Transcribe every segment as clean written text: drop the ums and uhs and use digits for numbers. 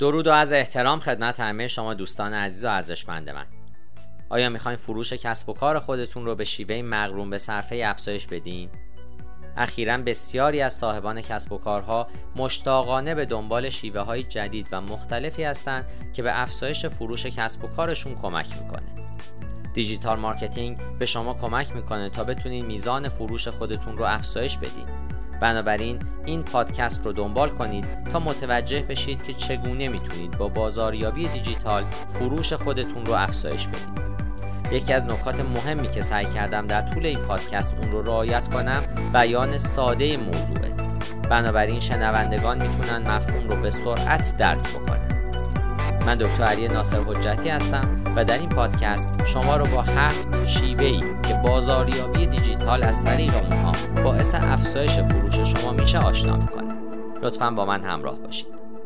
درود و از احترام خدمت همه شما دوستان عزیز و ارزشمند من. آیا میخواین فروش کسب و کار خودتون رو به شیوه مقرون به صرفه افزایش بدین؟ اخیراً بسیاری از صاحبان کسب و کارها مشتاقانه به دنبال شیوه های جدید و مختلفی هستند که به افزایش فروش کسب و کارشون کمک میکنه. دیجیتال مارکتینگ به شما کمک میکنه تا بتونین میزان فروش خودتون رو افزایش بدین. بنابراین این پادکست رو دنبال کنید تا متوجه بشید که چگونه میتونید با بازاریابی دیجیتال فروش خودتون رو افزایش بدید. یکی از نکات مهمی که سعی کردم در طول این پادکست اون رو رعایت کنم بیان ساده موضوعه. بنابراین شنوندگان میتونن مفهوم رو به سرعت درک بکنن. من دکتر علی ناصر حجتی هستم و در این پادکست شما رو با 7 شیوه‌ای که بازاریابی دیجیتال از طریق اونها باعث افزایش فروش شما میشه آشنا میکنه. لطفاً با من همراه باشید.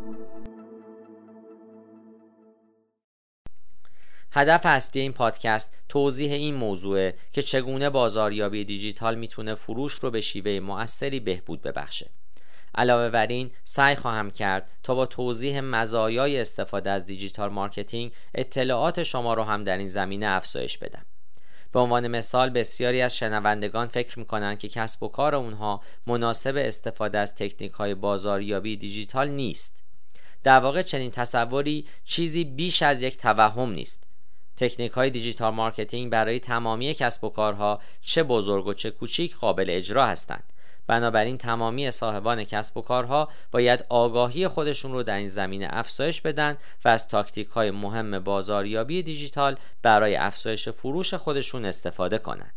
هدف اصلی این پادکست توضیح این موضوعه که چگونه بازاریابی دیجیتال میتونه فروش رو به شیوه مؤثری بهبود ببخشه. علاوه بر این سعی خواهم کرد تا با توضیح مزایای استفاده از دیجیتال مارکتینگ اطلاعات شما رو هم در این زمینه افزایش بدم. به عنوان مثال بسیاری از شنوندگان فکر میکنن که کسب و کار اونها مناسب استفاده از تکنیک های بازاریابی دیجیتال نیست. در واقع چنین تصوری چیزی بیش از یک توهم نیست. تکنیک های دیجیتال مارکتینگ برای تمامی کسب و کارها چه بزرگ و چه کوچیک قابل اجرا هستند. بنابراین تمامی صاحبان کسب و کارها باید آگاهی خودشون رو در این زمینه افزایش بدن و از تاکتیک های مهم بازاریابی دیجیتال برای افزایش فروش خودشون استفاده کنند.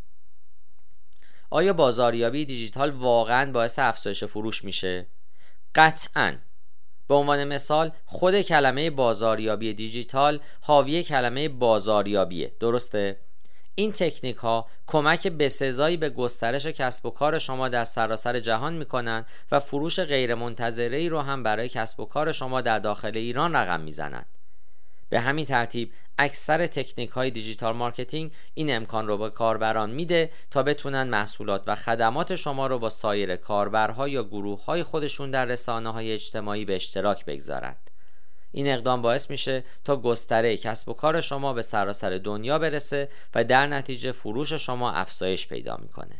آیا بازاریابی دیجیتال واقعاً باعث افزایش فروش میشه؟ قطعاً. به عنوان مثال خود کلمه بازاریابی دیجیتال حاوی کلمه بازاریابیه، درسته؟ این تکنیک ها کمک بسزایی به گسترش کسب و کار شما در سراسر جهان میکنن و فروش غیرمنتظره‌ای رو هم برای کسب و کار شما در داخل ایران رقم میزنن. به همین ترتیب اکثر تکنیک های دیجیتال مارکتینگ این امکان رو به کاربران میده تا بتونن محصولات و خدمات شما رو با سایر کاربرها یا گروه های خودشون در رسانه های اجتماعی به اشتراک بگذارند. این اقدام باعث میشه تا گستره کسب و کار شما به سراسر دنیا برسه و در نتیجه فروش شما افزایش پیدا میکنه.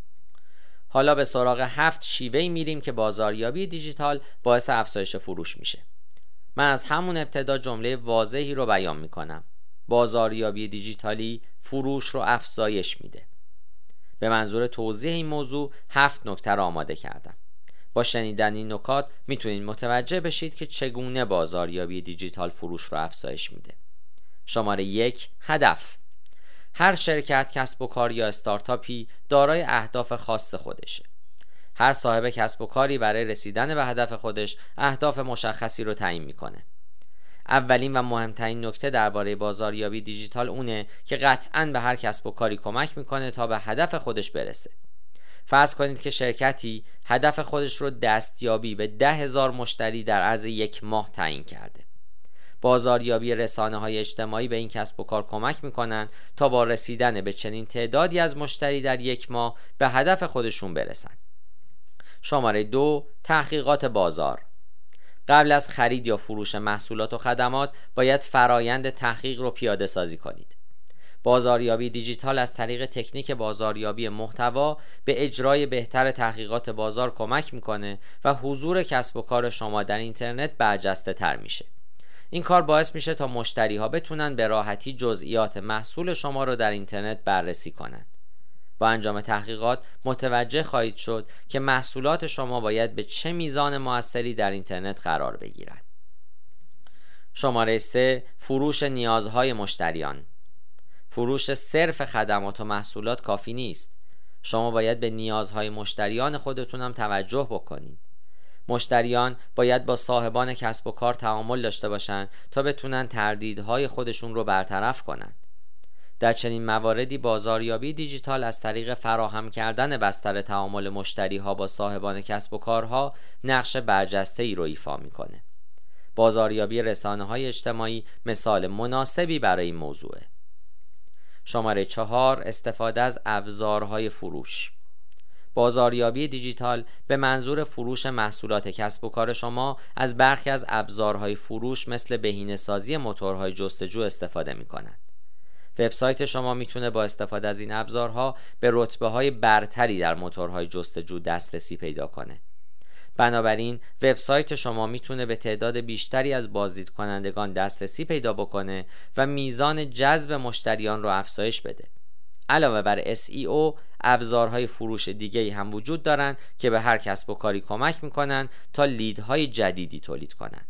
حالا به سراغ 7 شیوه‌ای میریم که بازاریابی دیجیتال باعث افزایش فروش میشه. من از همون ابتدا جمله واضحی رو بیان میکنم. بازاریابی دیجیتالی فروش رو افزایش میده. به منظور توضیح این موضوع 7 نکته رو آماده کردم. با شنیدن این نکات میتونید متوجه بشید که چگونه بازاریابی دیجیتال فروش رو افزایش میده. شماره 1. هدف. هر شرکت، کسب و کار یا استارتاپی دارای اهداف خاص خودشه. هر صاحب کسب و کاری برای رسیدن به هدف خودش اهداف مشخصی رو تعیین میکنه. اولین و مهمترین نکته درباره بازاریابی دیجیتال اونه که قطعاً به هر کسب و کاری کمک میکنه تا به هدف خودش برسه. فرض کنید که شرکتی هدف خودش رو دستیابی به 10,000 مشتری در عرض 1 ماه تعیین کرده. بازاریابی رسانه‌های اجتماعی به این کسب و کار کمک میکنن تا با رسیدن به چنین تعدادی از مشتری در 1 ماه به هدف خودشون برسن. شماره 2. تحقیقات بازار. قبل از خرید یا فروش محصولات و خدمات باید فرایند تحقیق رو پیاده سازی کنید. بازاریابی دیجیتال از طریق تکنیک بازاریابی محتوا به اجرای بهتر تحقیقات بازار کمک میکنه و حضور کسب و کار شما در اینترنت برجسته تر میشه. این کار باعث میشه تا مشتری ها بتونن به راحتی جزئیات محصول شما رو در اینترنت بررسی کنن. با انجام تحقیقات متوجه خواهید شد که محصولات شما باید به چه میزان موثری در اینترنت قرار بگیرند. شماره 3. فروش نیازهای مشتریان. فروش صرف خدمات و محصولات کافی نیست. شما باید به نیازهای مشتریان خودتون هم توجه بکنید. مشتریان باید با صاحبان کسب و کار تعامل داشته باشند تا بتونن تردیدهای خودشون رو برطرف کنند. در چنین مواردی بازاریابی دیجیتال از طریق فراهم کردن بستر تعامل مشتری ها با صاحبان کسب و کارها نقش برجسته‌ای رو ایفا میکنه. بازاریابی رسانه‌های اجتماعی مثال مناسبی برای این موضوعه. شماره 4. استفاده از ابزارهای فروش. بازاریابی دیجیتال به منظور فروش محصولات کسب و کار شما از برخی از ابزارهای فروش مثل بهینه‌سازی موتورهای جستجو استفاده می‌کند. وبسایت شما میتونه با استفاده از این ابزارها به رتبه‌های برتری در موتورهای جستجو دسترسی پیدا کنه. بنابراین وبسایت شما میتونه به تعداد بیشتری از بازدید کنندگان دسترسی پیدا بکنه و میزان جذب مشتریان رو افزایش بده. علاوه بر SEO، ابزارهای فروش دیگه‌ای هم وجود دارن که به هر کسب و کاری کمک میکنن تا لیدهای جدیدی تولید کنن.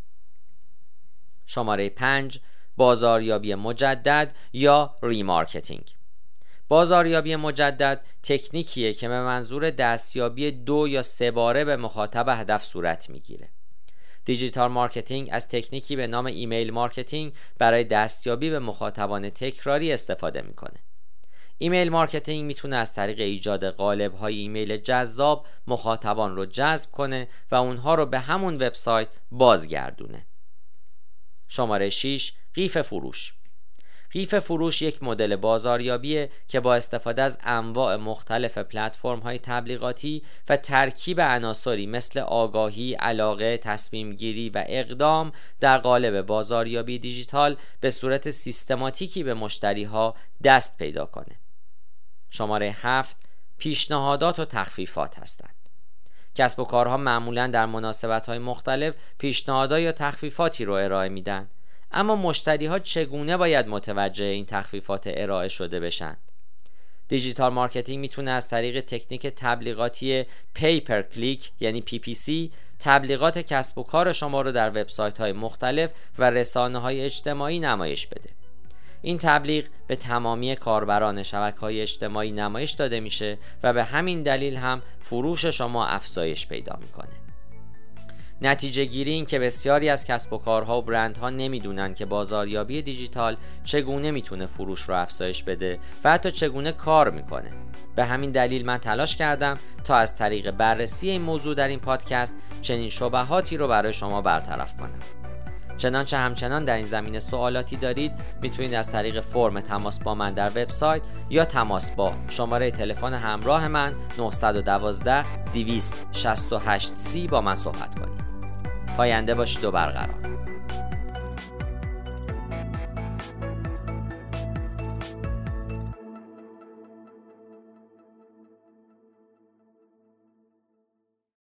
شماره 5، بازاریابی مجدد یا ریمارکتینگ. بازاریابی مجدد تکنیکیه که به منظور دستیابی 2 یا 3 باره به مخاطب هدف صورت میگیره. دیجیتال مارکتینگ از تکنیکی به نام ایمیل مارکتینگ برای دستیابی به مخاطبان تکراری استفاده میکنه. ایمیل مارکتینگ میتونه از طریق ایجاد قالب‌های ایمیل جذاب مخاطبان رو جذب کنه و اونها رو به همون وبسایت بازگردونه. شماره 6، قیف فروش. قیف فروش یک مدل بازاریابیه که با استفاده از انواع مختلف پلتفرم‌های تبلیغاتی و ترکیب عناصری مثل آگاهی، علاقه، تصمیم گیری و اقدام در قالب بازاریابی دیجیتال به صورت سیستماتیکی به مشتری‌ها دست پیدا کنه. شماره 7، پیشنهادات و تخفیفات هستند. کسب و کارها معمولاً در مناسبت‌های مختلف پیشنهادات یا تخفیفاتی رو ارائه میدن. اما مشتری‌ها چگونه باید متوجه این تخفیفات ارائه شده بشن؟ دیجیتال مارکتینگ میتونه از طریق تکنیک تبلیغاتی پی پر کلیک یعنی PPC تبلیغات کسب و کار شما رو در وبسایت‌های مختلف و رسانه‌های اجتماعی نمایش بده. این تبلیغ به تمامی کاربران شبکه‌های اجتماعی نمایش داده میشه و به همین دلیل هم فروش شما افزایش پیدا میکنه. نتیجه گیری این که بسیاری از کسب و کارها و برندها نمیدونن که بازاریابی دیجیتال چگونه میتونه فروش رو افزایش بده و حتی چگونه کار میکنه. به همین دلیل من تلاش کردم تا از طریق بررسی این موضوع در این پادکست چنین شبهاتی رو برای شما برطرف کنم. چنانچه همچنان در این زمینه سوالاتی دارید میتونید از طریق فرم تماس با من در وبسایت یا تماس با شماره تلفن همراه من 912 268 30 با من صحبت کنید. پاینده باشید و برقرار.